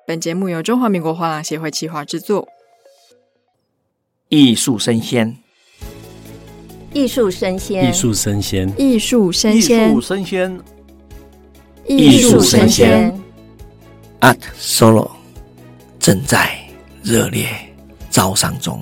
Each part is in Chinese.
本节目由中华民国画廊协会企划制作。 艺术生鲜， 艺术生鲜， 艺术生鲜， 艺术生鲜， 艺术生鲜， 艺术生鲜。 Art Solo 正在热烈招商中。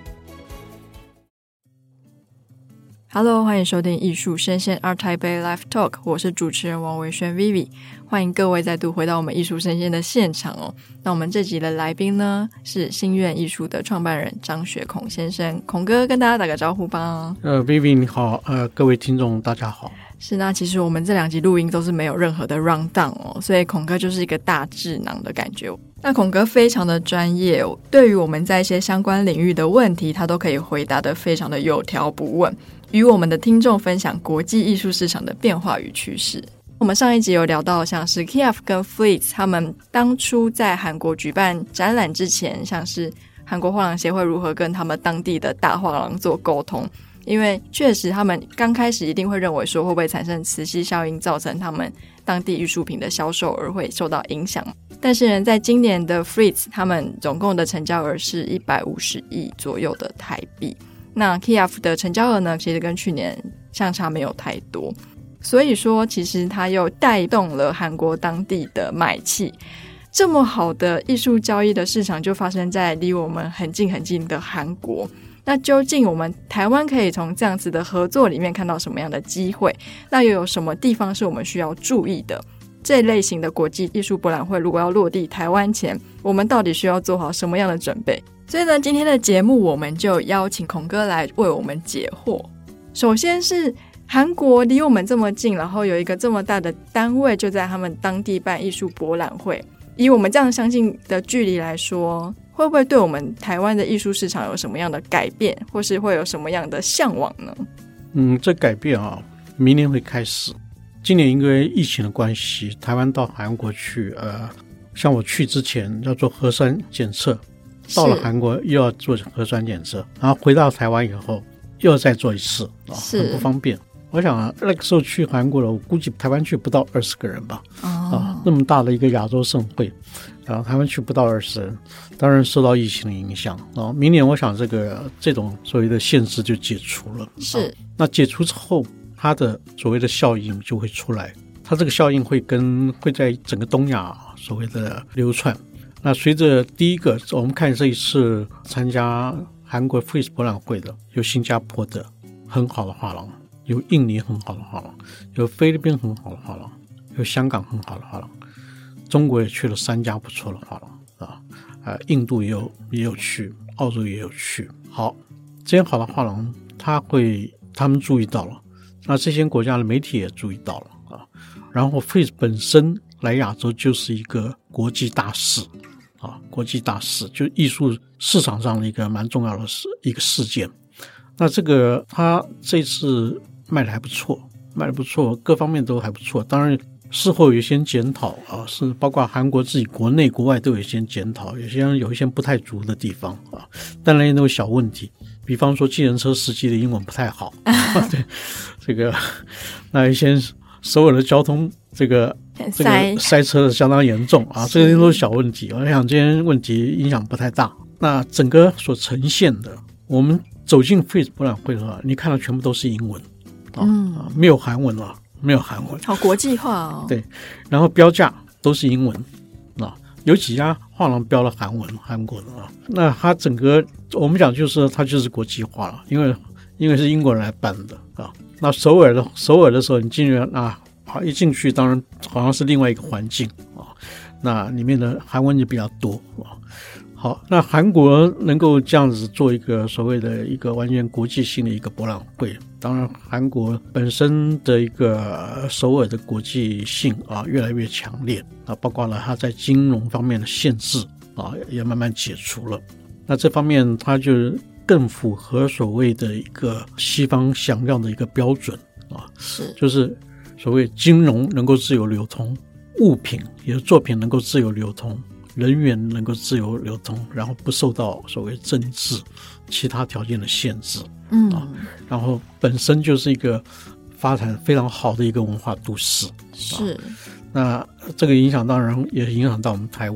Hello， 欢迎收听艺术生鲜 Art Taipei Live Talk， 我是主持人王维轩 Vivi， 欢迎各位再度回到我们艺术生鲜的现场哦。那我们这集的来宾呢是心愿艺术的创办人张学孔先生，孔哥跟大家打个招呼吧。 Vivi 你好，各位听众大家好。 是，那其实我们这2集录音都是没有任何的 run down 哦，所以孔哥就是一个大智囊的感觉。那孔哥非常的专业哦，对于我们在一些相关领域的问题，他都可以回答得非常的有条不紊，与我们的听众分享国际艺术市场的变化与趋势。我们上一集有聊到像是 Kiev 跟 Fleets 他们当初在韩国举办展览之前，像是韩国画廊协会如何跟他们当地的大画廊做沟通，因为确实他们刚开始一定会认为说会不会产生磁吸效应，造成他们当地艺术品的销售而会受到影响。但是呢，在今年的 Fleets 他们总共的成交额是150亿左右的台币，那 Kiev 的成交额呢其实跟去年相差没有太多，所以说其实它又带动了韩国当地的买气。这么好的艺术交易的市场就发生在离我们很近很近的韩国，那究竟我们台湾可以从这样子的合作里面看到什么样的机会？那又有什么地方是我们需要注意的？这类型的国际艺术博览会如果要落地台湾前，我们到底需要做好什么样的准备？所以呢，今天的节目我们就邀请孔哥来为我们解惑。首先是韩国离我们这么近，然后有一个这么大的单位就在他们当地办艺术博览会，以我们这样相近的距离来说，会不会对我们台湾的艺术市场有什么样的改变，或是会有什么样的向往呢？ 这改变啊，明年会开始。今年因为疫情的关系，台湾到韩国去，像我去之前要做核酸检测，到了韩国又要做核酸检测，然后回到台湾以后又要再做一次，很不方便。我想那个时候去韩国了，我估计台湾去不到20个人吧。那么大的一个亚洲盛会，台湾去不到20人，当然受到疫情的影响。明年我想这种所谓的限制就解除了。 是， 那解除之后，它的所谓的效应就会出来。它这个效应会在整个东亚所谓的流窜。那随着第一个，我们看这一次参加韩国 Fleets 博览会的，有新加坡的很好的画廊，有印尼很好的画廊，有菲律宾很好的画廊，有香港很好的画廊，中国也去了3家不错的画廊印度也有去，澳洲也有去。好，这些好的画廊他们注意到了，那这些国家的媒体也注意到了然后 Fleets 本身来亚洲就是一个国际大事国际大事，就艺术市场上的一个蛮重要的一个事件。那他这次卖得还不错，各方面都还不错。当然事后有一些检讨是包括韩国自己国内国外都有一些检讨，有一些不太足的地方当然也有小问题，比方说计程车司机的英文不太好对，那一些首尔的交通这个塞车相当严重这些都是小问题。我想这些问题影响不太大。那整个所呈现的，我们走进 Fleets 博览会的话，你看到全部都是英文没有韩文了， 好国际化对，然后标价都是英文有几家画廊标了韩国的那它整个我们讲就是它就是国际化了，因为是英国人来办的那首尔的时候你进去一进去当然好像是另外一个环境那里面的韩文就比较多好，那韩国能够这样子做一个所谓的一个完全国际性的一个博览会，当然韩国本身的一个首尔的国际性越来越强烈包括了它在金融方面的限制也慢慢解除了。那这方面它就更符合所谓的一个西方想要的一个标准就是所谓金融能够自由流通，物品也是作品能够自由流通，人员能够自由流通，然后不受到所谓政治其他条件的限制然后本身就是一个发展非常好的一个文化都市是那这个影响当然也影响到我们台湾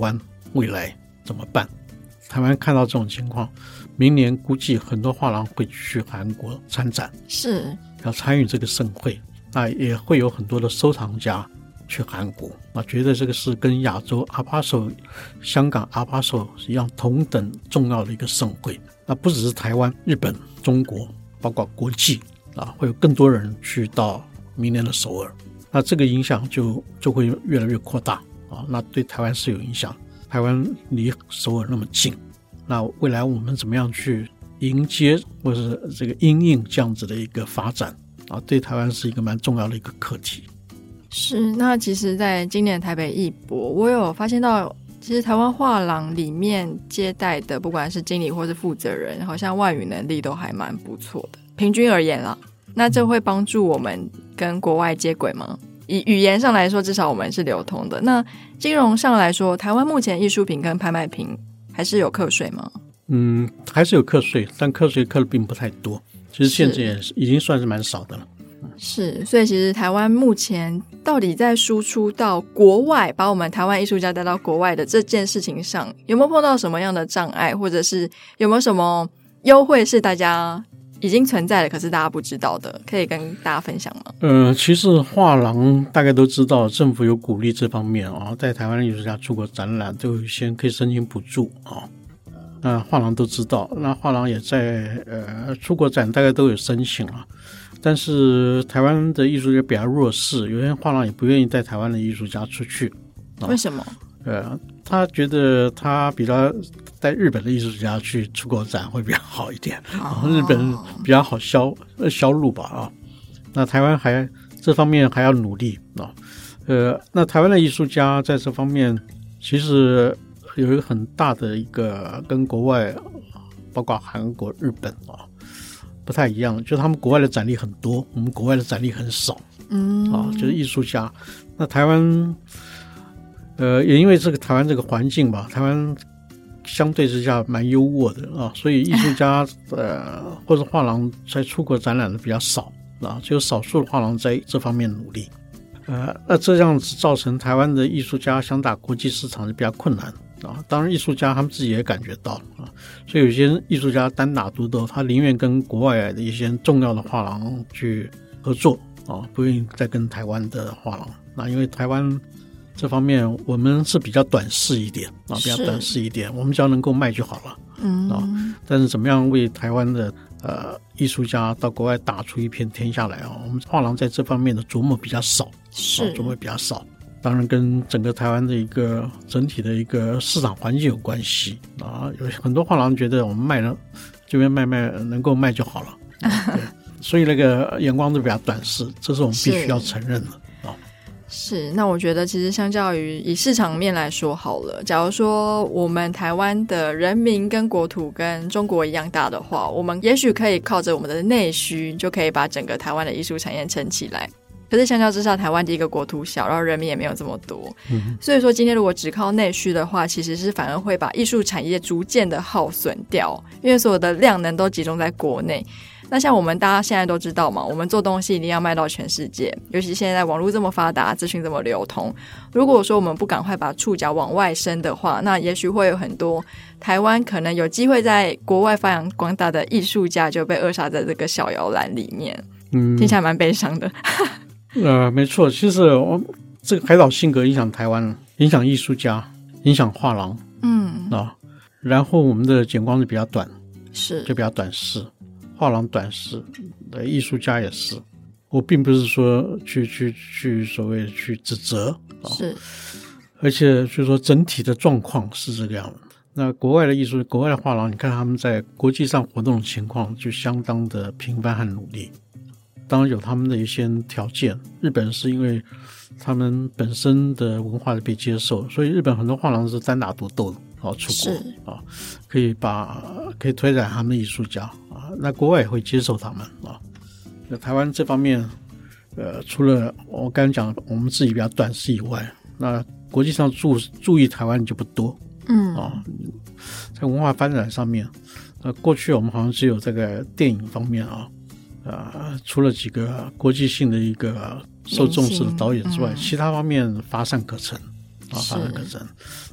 未来怎么办？台湾看到这种情况，明年估计很多画廊会去韩国参展， 是要参与这个盛会，那也会有很多的收藏家去韩国，觉得这个是跟亚洲阿巴手、香港阿巴手一样同等重要的一个盛会。那不只是台湾、日本、中国，包括国际会有更多人去到明年的首尔，那这个影响就会越来越扩大那对台湾是有影响。台湾离首尔那么近，那未来我们怎么样去迎接或是这个因应这样子的一个发展对台湾是一个蛮重要的一个课题。 是，那其实在今年台北艺博，我有发现到其实台湾画廊里面接待的不管是经理或是负责人，好像外语能力都还蛮不错的，平均而言啦。那这会帮助我们跟国外接轨吗？以语言上来说，至少我们是流通的。那金融上来说，台湾目前艺术品跟拍卖品还是有课税吗？ 还是有课税，但课税课的并不太多，其实现在也已经算是蛮少的了。 是，所以其实台湾目前到底在输出到国外，把我们台湾艺术家带到国外的这件事情上，有没有碰到什么样的障碍，或者是有没有什么优惠是大家已经存在了可是大家不知道的，可以跟大家分享吗？ 其实画廊大概都知道，政府有鼓励这方面在台湾的艺术家出国展览都有先可以申请补助那画廊都知道，那画廊也在出国展大概都有申请了，但是台湾的艺术家比较弱势，有些画廊也不愿意带台湾的艺术家出去为什么？ 他觉得他比较带日本的艺术家去出国展会比较好一点日本比较好销路吧那台湾还这方面还要努力那台湾的艺术家在这方面其实有一个很大的一个跟国外包括韩国、日本不太一样，就是他们国外的展例很多，我们国外的展例很少就是艺术家。那台湾也因为这个台湾这个环境吧，台湾相对之下蛮优渥的所以艺术家或者画廊在出国展览的比较少只有少数的画廊在这方面努力那这样子造成台湾的艺术家想打国际市场就比较困难当然艺术家他们自己也感觉到所以有些艺术家单打独斗，他宁愿跟国外的一些重要的画廊去合作不愿意再跟台湾的画廊。那因为台湾这方面我们是比较短视一点比较短视一点，我们只要能够卖就好了但是怎么样为台湾的艺术家到国外打出一片天下来我们画廊在这方面的琢磨比较少，琢磨比较少。当然跟整个台湾的一个整体的一个市场环境有关系有很多画廊觉得我们卖了这边卖能够卖就好了对，所以那个眼光都比较短视，这是我们必须要承认的是，那我觉得其实相较于以市场面来说好了，假如说我们台湾的人民跟国土跟中国一样大的话，我们也许可以靠着我们的内需就可以把整个台湾的艺术产业撑起来。可是相较之下，台湾第一个国土小，然后人民也没有这么多所以说今天如果只靠内需的话，其实是反而会把艺术产业逐渐的耗损掉，因为所有的量能都集中在国内。那像我们大家现在都知道嘛，我们做东西一定要卖到全世界，尤其现在网络这么发达，资讯这么流通，如果说我们不赶快把触角往外伸的话，那也许会有很多台湾可能有机会在国外发扬光大的艺术家就被扼杀在这个小摇篮里面听起来蛮悲伤的没错，其实这个海岛性格影响台湾，影响艺术家，影响画廊然后我们的眼光就比较短，就比较短视，画廊短视的艺术家也是。我并不是说去所谓去指责是， 而且就是说整体的状况是这个样子。那国外的艺术，国外的画廊，你看他们在国际上活动的情况就相当的频繁和努力，当然有他们的一些条件。日本是因为他们本身的文化被接受，所以日本很多画廊是单打独斗出国可以推展他们的艺术家那国外也会接受他们那台湾这方面除了我刚才讲我们自己比较短视以外，那国际上注意台湾就不多在文化发展上面过去我们好像只有这个电影方面除了几个国际性的一个受重视的导演之外，其他方面乏善可陈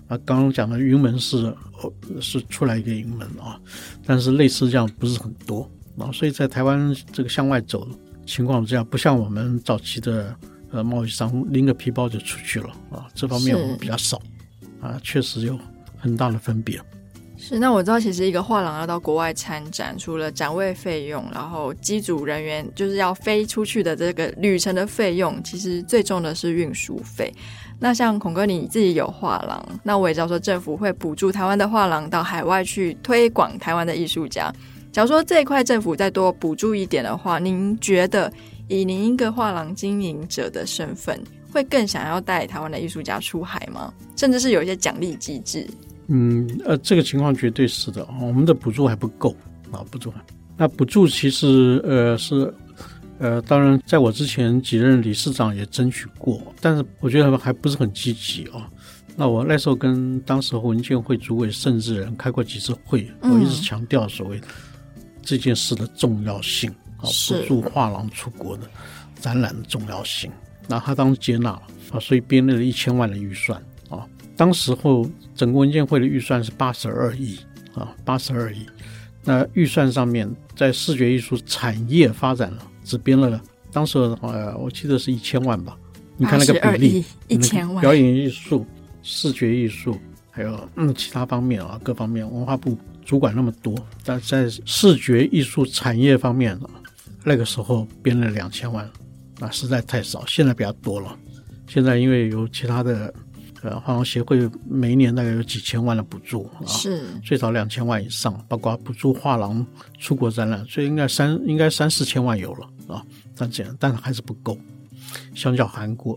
刚刚讲的云门是出来一个云门但是类似这样不是很多所以在台湾这个向外走情况这样，不像我们早期的贸易商拎个皮包就出去了这方面我们比较少确实有很大的分别。 是，那我知道其实一个画廊要到国外参展，除了展位费用，然后机组人员就是要飞出去的这个旅程的费用，其实最重的是运输费。那像孔哥你自己有画廊，那我也知道说政府会补助台湾的画廊到海外去推广台湾的艺术家，假如说这一块政府再多补助一点的话，您觉得以您一个画廊经营者的身份，会更想要带台湾的艺术家出海吗？甚至是有一些奖励机制？ 这个情况绝对是的我们的补助还不够补助。那补助其实当然在我之前几任理事长也争取过，但是我觉得还不是很积极那我那时候跟当时文建会主委盛智仁开过几次会，我一直强调所谓这件事的重要性补助画廊出国的展览的重要性。那他当时接纳了所以编列了1000万的预算当时候整个文建会的预算是82亿82亿。那预算上面在视觉艺术产业发展了只编了当时我记得是1000万吧，你看那个比例 ，1000万， 表演艺术、视觉艺术还有其他方面各方面文化部主管那么多，但在视觉艺术产业方面那个时候编了2000万那实在太少，现在比较多了。现在因为有其他的画廊协会每一年大概有几千万的补助是最少2000万以上，包括补助画廊出国展览，所以应该3-4千万有了但还是不够。相较韩国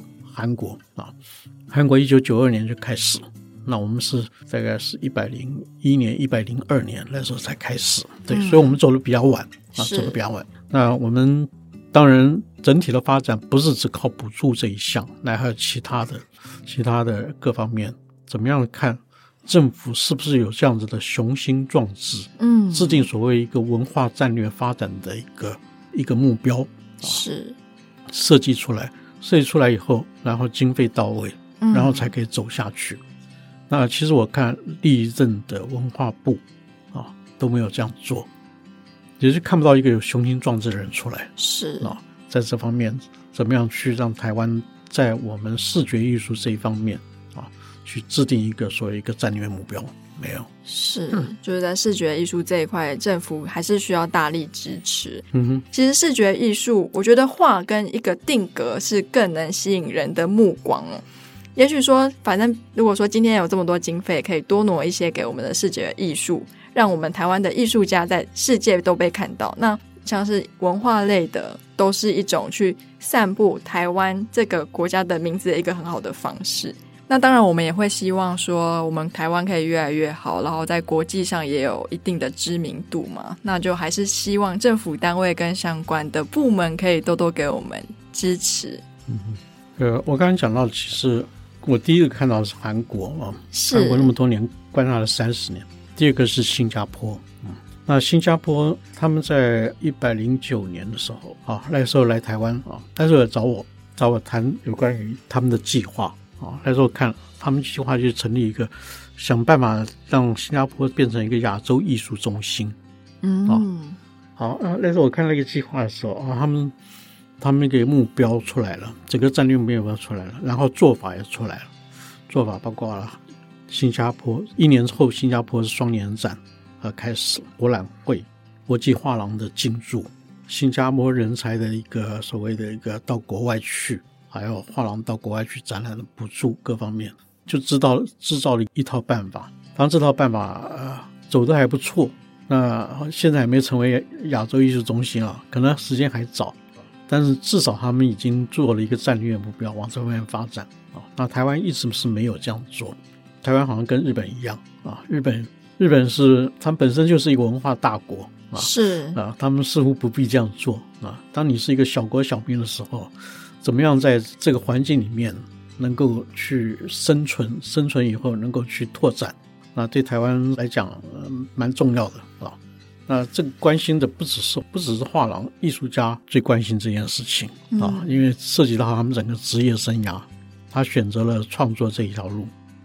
1992年就开始，那我们是大概是101年102年那时候才开始，对，所以我们走得比较晚走得比较晚。那我们当然整体的发展不是只靠补助这一项，那还有其他的各方面，怎么样看政府是不是有这样子的雄心壮志制定所谓一个文化战略发展的一个目标是设计出来以后，然后经费到位然后才可以走下去那其实我看历任的文化部都没有这样做，也是看不到一个有雄心壮志的人出来是在这方面怎么样去让台湾在我们视觉艺术这一方面去制定一个所谓一个战略目标，没有是就是在视觉艺术这一块政府还是需要大力支持其实视觉艺术我觉得画跟一个定格是更能吸引人的目光也许说反正如果说今天有这么多经费可以多挪一些给我们的视觉艺术，让我们台湾的艺术家在世界都被看到，那像是文化类的都是一种去散布台湾这个国家的名字的一个很好的方式。那当然我们也会希望说我们台湾可以越来越好，然后在国际上也有一定的知名度嘛，那就还是希望政府单位跟相关的部门可以多多给我们支持我刚才讲到其实我第一个看到的是韩国韩国那么多年观察了30年。第二个是新加坡那新加坡他们在109年的时候那时候来台湾那时候找我谈有关于他们的计划那时候看他们计划就是成立一个想办法让新加坡变成一个亚洲艺术中心那时候我看那个计划的时候他们那个目标出来了，整个战略目标出来了，然后做法也出来了，做法包括了新加坡1年后新加坡是双年展开始，博览会，国际画廊的进驻，新加坡人才的一个所谓的一个到国外去，还有画廊到国外去展览的补助各方面，就制造了一套办法。当然这套办法走得还不错，那现在还没成为亚洲艺术中心可能时间还早，但是至少他们已经做了一个战略目标往这方面发展那台湾一直是没有这样做。台湾好像跟日本一样日本是他们本身就是一个文化大国是他们似乎不必这样做当你是一个小国小民的时候，怎么样在这个环境里面能够去生存以后能够去拓展，那对台湾来讲蛮重要的那这个关心的不只是画廊艺术家最关心这件事情因为涉及到他们整个职业生涯，他选择了创作这一条路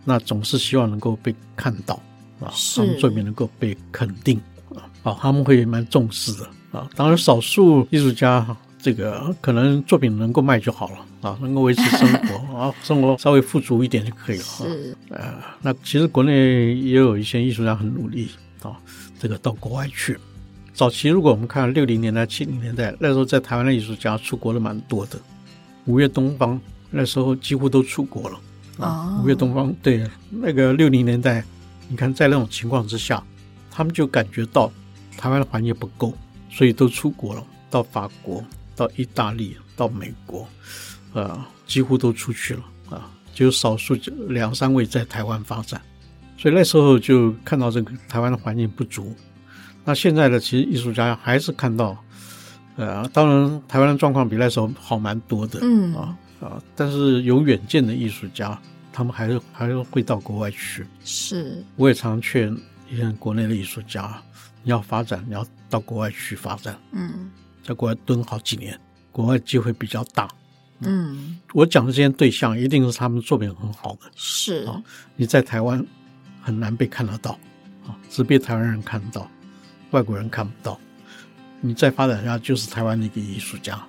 那总是希望能够被看到啊，他们作品能够被肯定啊，他们会蛮重视的啊。当然，少数艺术家这个可能作品能够卖就好了啊，能够维持生活啊，生活稍微富足一点就可以了。 是那其实国内也有一些艺术家很努力啊，这个到国外去。早期如果我们看60年代、70年代，那时候在台湾的艺术家出国的蛮多的。五月东方那时候几乎都出国了啊。五月东方对那个60年代，你看在那种情况之下，他们就感觉到台湾的环境不够，所以都出国了，到法国、到意大利、到美国，几乎都出去了啊，只有少数2、3位在台湾发展。所以那时候就看到这个台湾的环境不足。那现在的其实艺术家还是看到，当然台湾的状况比那时候好蛮多的，但是有远见的艺术家，他们还是会到国外去。 是， 我也常劝一些国内的艺术家，你要发展，你要到国外去发展，在国外蹲好几年，国外机会比较大。我讲的这些对象一定是他们作品很好的， 是你在台湾很难被看得到只被台湾人看得到，外国人看不到。你再发展下就是台湾的一个艺术家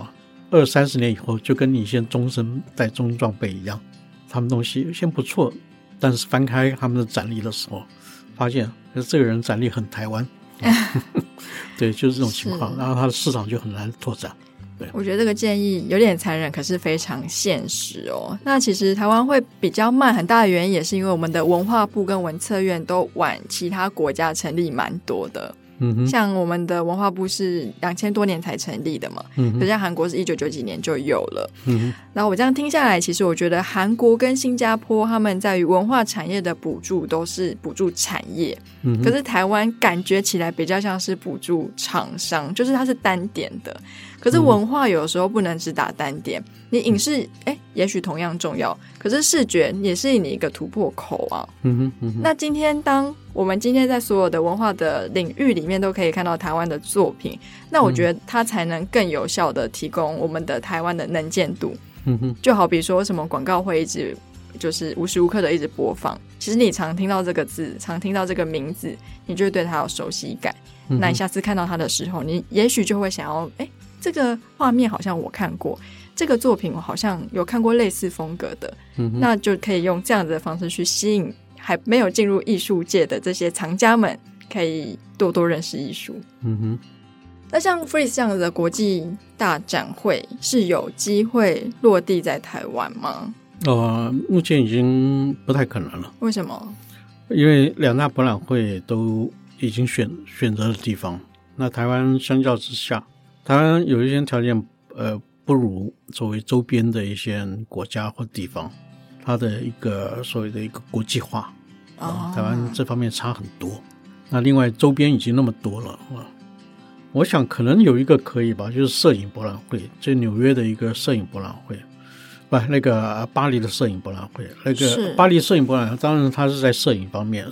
20-30年以后，就跟你现在中生代中壮辈一样，他们东西先不错，但是翻开他们的展历的时候，发现这个人展历很台湾对，就是这种情况，然后他的市场就很难拓展。对， 我觉得这个建议有点残忍，可是非常现实哦。那其实台湾会比较慢，很大的原因也是因为我们的文化部跟文策院都晚其他国家成立蛮多的。像我们的文化部是2000多年才成立的嘛，可是像韩国是1990几年就有了。然后我这样听下来，其实我觉得韩国跟新加坡他们在于文化产业的补助都是补助产业，可是台湾感觉起来比较像是补助厂商，就是它是单点的。可是文化有时候不能只打单点，你影视也许同样重要，可是视觉也是你一个突破口啊。那今天当我们今天在所有的文化的领域里面都可以看到台湾的作品，那我觉得它才能更有效的提供我们的台湾的能见度。就好比说什么广告会一直就是无时无刻的一直播放，其实你常听到这个字，常听到这个名字，你就会对它有熟悉感。那你下次看到它的时候，你也许就会想要这个画面好像我看过，这个作品我好像有看过类似风格的，那就可以用这样子的方式去吸引还没有进入艺术界的这些藏家们，可以多多认识艺术。那像 Frieze 这样的国际大展会是有机会落地在台湾吗？ 目前已经不太可能了。 为什么？ 因为2大博览会都已经选择了地方，那台湾相较之下，台湾有一些条件不如作为周边的一些国家或地方，它的一个所谓的一个国际化台湾这方面差很多。那另外周边已经那么多了我想可能有一个可以吧，就是摄影博览会，就纽约的一个摄影博览会，那个巴黎的摄影博览会，那个巴黎摄影博览会，当然它是在摄影方面，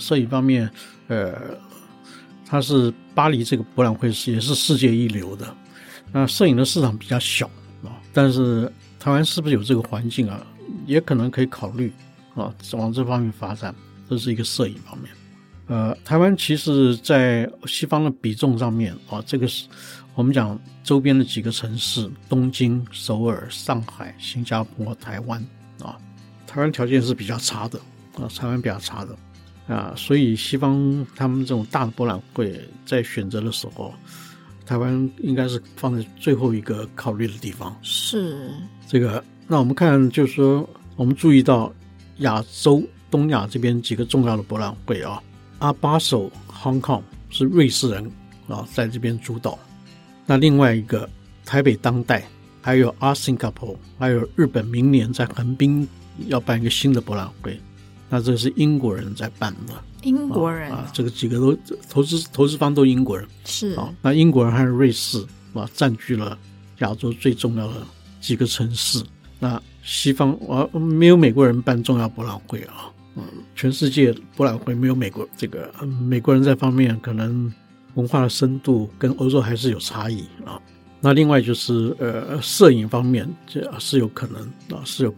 它是巴黎这个博览会也是世界一流的。那摄影的市场比较小但是台湾是不是有这个环境也可能可以考虑往这方面发展，这是一个摄影方面。台湾其实在西方的比重上面这个是我们讲周边的几个城市，东京、首尔、上海、新加坡、台湾台湾条件是比较差的台湾比较差的所以西方他们这种大的博览会在选择的时候，台湾应该是放在最后一个考虑的地方。 是这个，那我们看就是说，我们注意到亚洲、东亚这边几个重要的博览会阿巴首 Hong Kong 是瑞士人在这边主导。那另外一个台北当代，还有Singapore， 还有日本明年在横滨要办一个新的博览会，那这是英国人在办的。 英国人这个几个都投资方都英国人是那英国人和瑞士占据了亚洲最重要的几个城市。那西方没有美国人办重要博览会全世界博览会没有美国这个美国人在方面可能文化的深度跟欧洲还是有差异那另外就是摄影方面这是有可能是有可能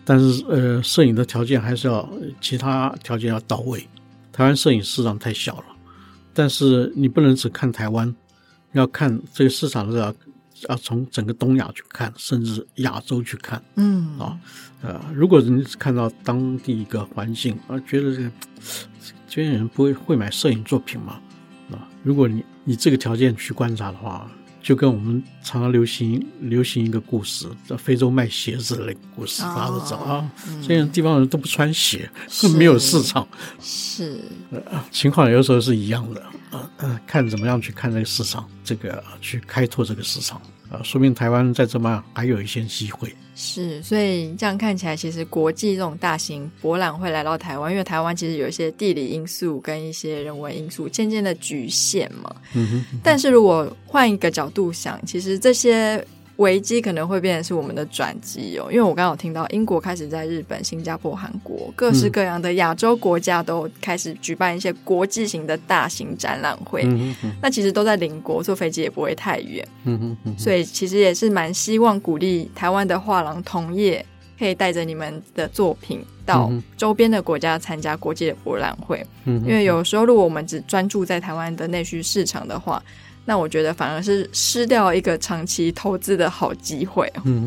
但是摄影的条件还是要其他条件要到位。台湾摄影市场太小了，但是你不能只看台湾，要看这个市场是要从整个东亚去看，甚至亚洲去看。如果你只看到当地一个环境觉得这边人不会买摄影作品嘛如果你以这个条件去观察的话，就跟我们常常流行一个故事，叫非洲卖鞋子的那个故事，大家都知道这些地方人都不穿鞋，没有市场。 是情况有时候是一样的看怎么样去看这个市场，这个去开拓这个市场说明台湾在这边还有一些机会。 是，所以这样看起来，其实国际这种大型博览会来到台湾，因为台湾其实有一些地理因素跟一些人为因素渐渐的局限嘛。但是如果换一个角度想，其实这些危机可能会变成是我们的转机因为我刚刚有听到英国开始在日本、新加坡、韩国各式各样的亚洲国家都开始举办一些国际型的大型展览会那其实都在邻国，坐飞机也不会太远所以其实也是蛮希望鼓励台湾的画廊同业可以带着你们的作品到周边的国家参加国际的博览会因为有时候如果我们只专注在台湾的内需市场的话，那我觉得反而是失掉一个长期投资的好机会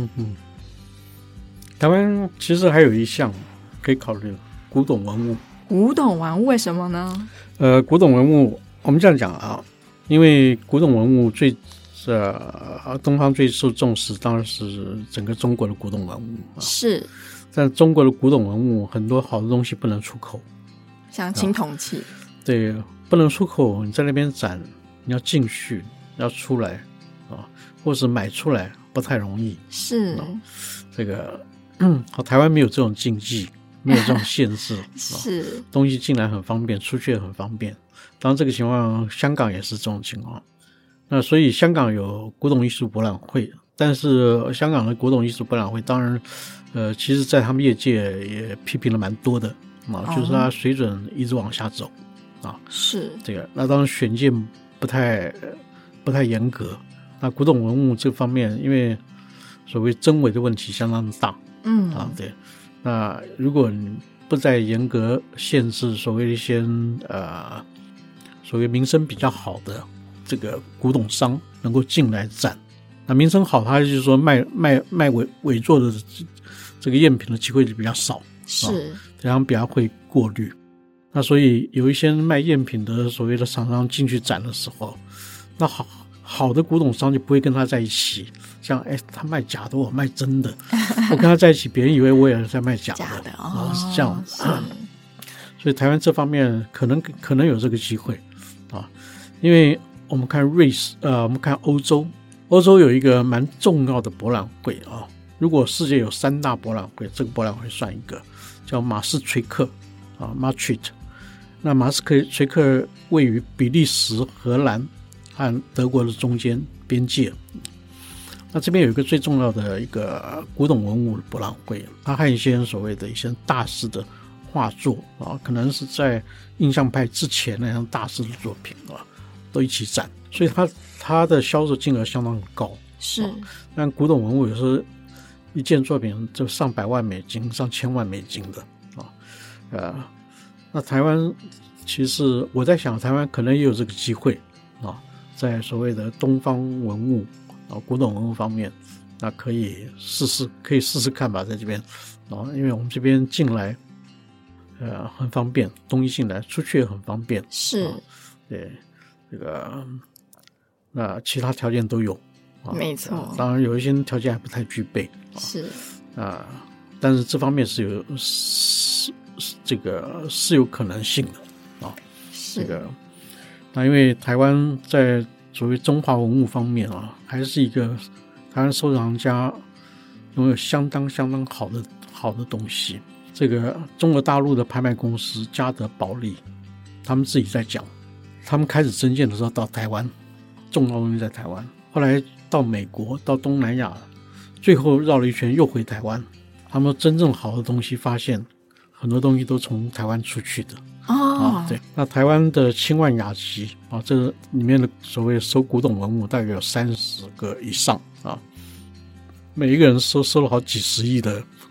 台湾其实还有一项可以考虑，古董文物。 古董文物为什么呢？ 古董文物我们这样讲因为古董文物东方最受重视当然是整个中国的古董文物是， 但中国的古董文物很多好的东西不能出口， 像青铜器对，不能出口，你在那边展你要进去要出来或是买出来不太容易。 是这个台湾没有这种禁忌，没有这种限制是东西进来很方便，出去也很方便。当然这个情况香港也是这种情况，那所以香港有古董艺术博览会，但是香港的古董艺术博览会当然其实在他们业界也批评了蛮多的就是它水准一直往下走是这个。那当然选件不太严格，那古董文物这方面因为所谓真伪的问题相当的大对，那如果你不再严格限制所谓的一些所谓名声比较好的这个古董商能够进来展，那名声好他就是说卖伪作的这个赝品的机会就比较少， 是这样比较会过滤。那所以有一些卖赝品的所谓的厂商进去展的时候，那好的古董商就不会跟他在一起，像他卖假的我卖真的我跟他在一起别人以为我也是在卖假的是这样所以台湾这方面可能有这个机会因为我们看我们看欧洲有一个蛮重要的博览会如果世界有3大博览会，这个博览会算一个，叫马斯垂克Maastricht。那马斯垂克位于比利时、荷兰和德国的中间边界。那这边有一个最重要的一个古董文物博览会，它还有一些所谓的一些大师的画作可能是在印象派之前那样大师的作品都一起展，所以它的销售金额相当高。 是， 但古董文物有时候一件作品就上百万美金、上千万美金的那台湾其实我在想，台湾可能也有这个机会在所谓的东方文物古董文物方面，那可以试试看吧，在这边因为我们这边进来很方便，东西进来出去也很方便， 是对这个那其他条件都有没错当然有一些条件还不太具备是但是这方面这个是有可能性的这个那因为台湾在所谓中华文物方面还是一个台湾收藏家拥有相当好的东西。这个中国大陆的拍卖公司嘉德保利他们自己在讲，他们开始增建的时候到台湾，重要东西在台湾，后来到美国到东南亚，最后绕了一圈又回台湾。他们真正好的东西发现很多东西都从台湾出去的对。那台湾的清万雅集这里面的所谓收古董文物大概有30个以上每一个人收了好几十亿的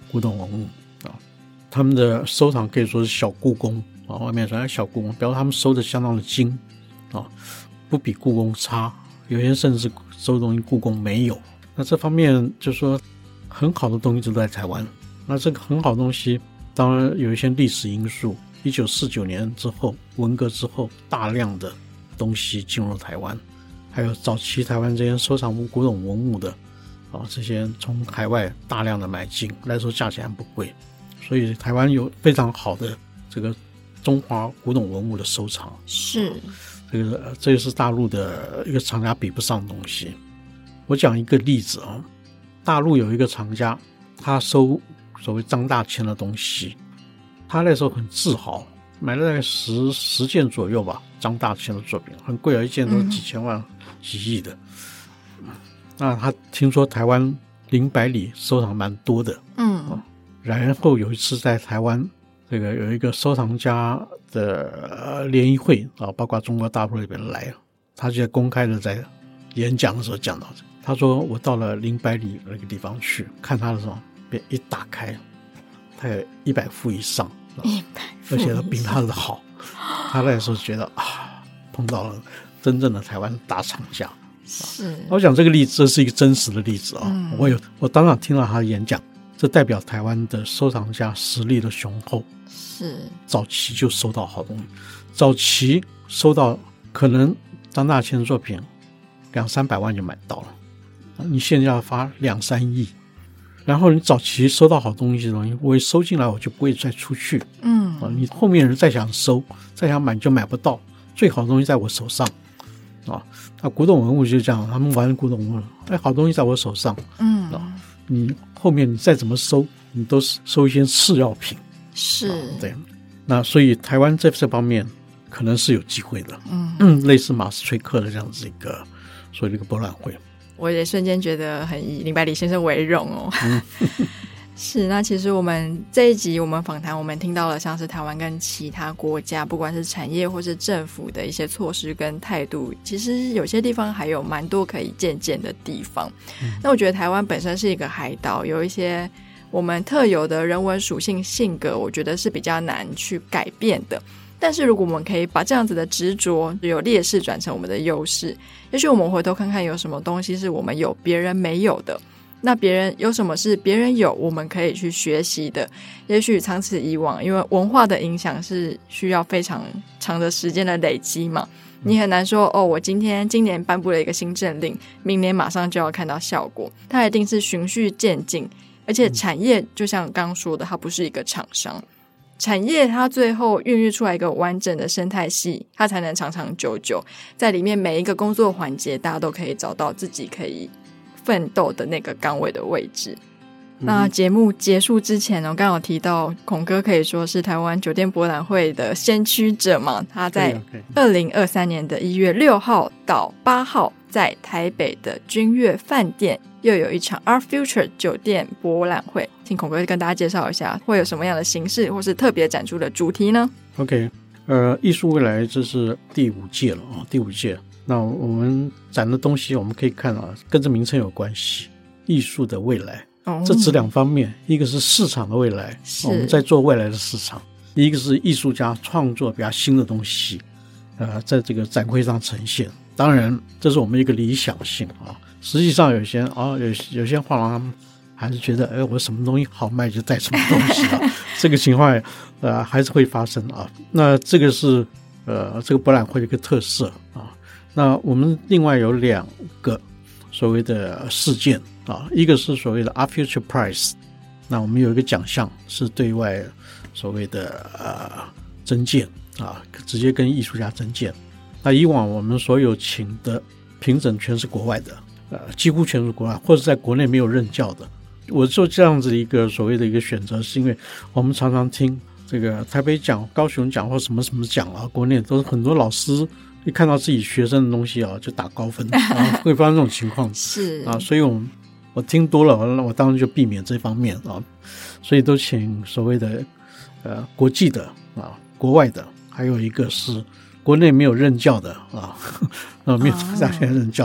古董文物啊，他们的收藏可以说是小故宫啊，外面说小故宫，表示他们收的相当的精啊，不比故宫差，有些甚至收的东西故宫没有。那这方面就是说很好的东西都在台湾。那这个很好的东西当然有一些历史因素，1949年之后文革之后大量的东西进入台湾，还有早期台湾这些收藏古董文物的这些从海外大量的买进来说价钱还不贵，所以台湾有非常好的这个中华古董文物的收藏。 是这个是大陆的一个厂家比不上的东西。我讲一个例子啊，大陆有一个厂家，他收所谓张大千的东西，他那时候很自豪，买了大概十件左右吧，张大千的作品很贵啊，一件都几千万、几亿的。那他听说台湾林百里收藏蛮多的，然后有一次在台湾这个有一个收藏家的联谊会啊，包括中国大陆那边来，他就在公开的在演讲的时候讲到这个，他说我到了林百里那个地方去看他的时候，一打开他有100幅以上，100幅，而且比他的好。他那时候觉得碰到了真正的台湾大厂家。 是， 我想这个例子这是一个真实的例子啊，我当场听到他的演讲，这代表台湾的收藏家实力的雄厚。 是， 早期就收到好东西，早期收到可能张大千的作品200-300万就买到了，你现在要花2-3亿，然后你早期收到好东西的东西，我一收进来我就不会再出去，你后面人再想收再想买就买不到，最好的东西在我手上啊。那古董文物就这样，他们玩古董文物，好东西在我手上，你后面你再怎么收，你都是收一些次要品。 是， 对。那所以台湾这方面可能是有机会的，类似马斯崔克的这样子一个所谓的一个博览会。 我也瞬间觉得很以林百里先生为荣哦。是，那其实我们这一集我们访谈，我们听到了像是台湾跟其他国家不管是产业或是政府的一些措施跟态度，其实有些地方还有蛮多可以借鉴的地方。那我觉得台湾本身是一个海岛，有一些我们特有的人文属性性格，我觉得是比较难去改变的。但是如果我们可以把这样子的执着有劣势转成我们的优势，也许我们回头看看有什么东西是我们有别人没有的，那别人有什么是别人有我们可以去学习的。也许长此以往，因为文化的影响是需要非常长的时间的累积嘛，你很难说我今年颁布了一个新政令，明年马上就要看到效果，它一定是循序渐进。而且产业就像刚刚说的，它不是一个厂商，产业它最后孕育出来一个完整的生态系，它才能长长久久，在里面每一个工作环节大家都可以找到自己可以奋斗的那个岗位的位置。那节目结束之前呢，我刚好提到孔哥可以说是台湾酒店博览会的先驱者嘛，他在2023年的1月6号到8号在台北的君悦饭店又有一场 Art Future 酒店博览会，请孔哥跟大家介绍一下会有什么样的形式或是特别展出的主题呢？ OK， 艺术未来这是第5届了啊，第5届。那我们展的东西我们可以看跟这名称有关系，艺术的未来。这指2方面，一个是市场的未来，我们在做未来的市场；一个是艺术家创作比较新的东西，在这个展会上呈现。当然，这是我们一个理想性啊。实际上有些画廊他们还是觉得，我什么东西好卖就带什么东西啊，这个情况还是会发生啊。那这个是这个博览会的一个特色啊。那我们另外有2个所谓的事件啊，一个是所谓的 Art Future Prize， 那我们有一个奖项是对外所谓的征件啊，直接跟艺术家征件。那以往我们所有请的评审全是国外的，几乎全是国外，或者在国内没有任教的。我做这样子的一个所谓的一个选择，是因为我们常常听这个台北奖、高雄奖或什么什么奖啊，国内都是很多老师一看到自己学生的东西就打高分会发生这种情况是所以我听多了，我当然就避免这方面所以都请所谓的国际的国外的，还有一个是国内没有任教的没有大学任教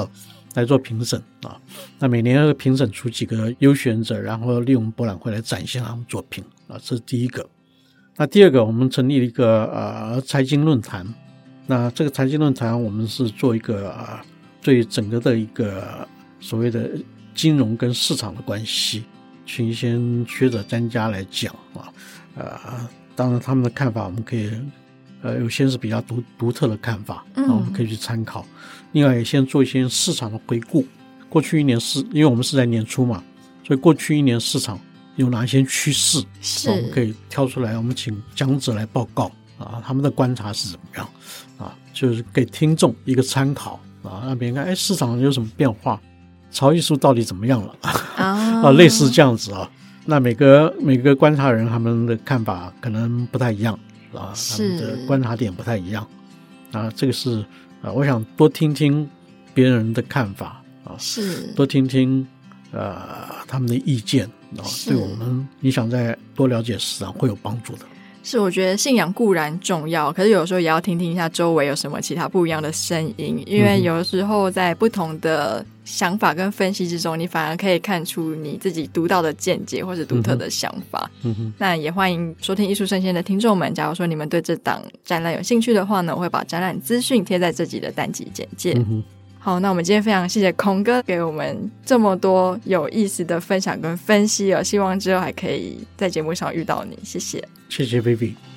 来做评审啊。那每年会评审出几个优选者，然后利用博览会来展现他们作品啊，这是第一个。那第二个，我们成立了一个财经论坛。那这个财经论坛，我们是做一个对整个的一个所谓的金融跟市场的关系，请一些学者专家来讲当然他们的看法我们可以有些是比较独特的看法，我们可以去参考。另外也先做一些市场的回顾，过去一年因为我们是在年初嘛，所以过去一年市场有哪些趋势，我们可以挑出来，我们请讲者来报告他们的观察是怎么样就是给听众一个参考让别人看市场有什么变化，潮艺术到底怎么样了类似这样子那每个观察人他们的看法可能不太一样他们的观察点不太一样这个是我想多听听别人的看法是多听听他们的意见对我们你想再多了解市场会有帮助的。 是，我觉得信仰固然重要，可是有时候也要听听一下周围有什么其他不一样的声音，因为有时候在不同的想法跟分析之中，你反而可以看出你自己独到的见解或是独特的想法。那也欢迎收听艺术圣鲜的听众们，假如说你们对这档展览有兴趣的话呢，我会把展览资讯贴在这集的单集简介。好，那我们今天非常谢谢孔哥给我们这么多有意思的分享跟分析希望之后还可以在节目上遇到你，谢谢。 谢谢 Vivi。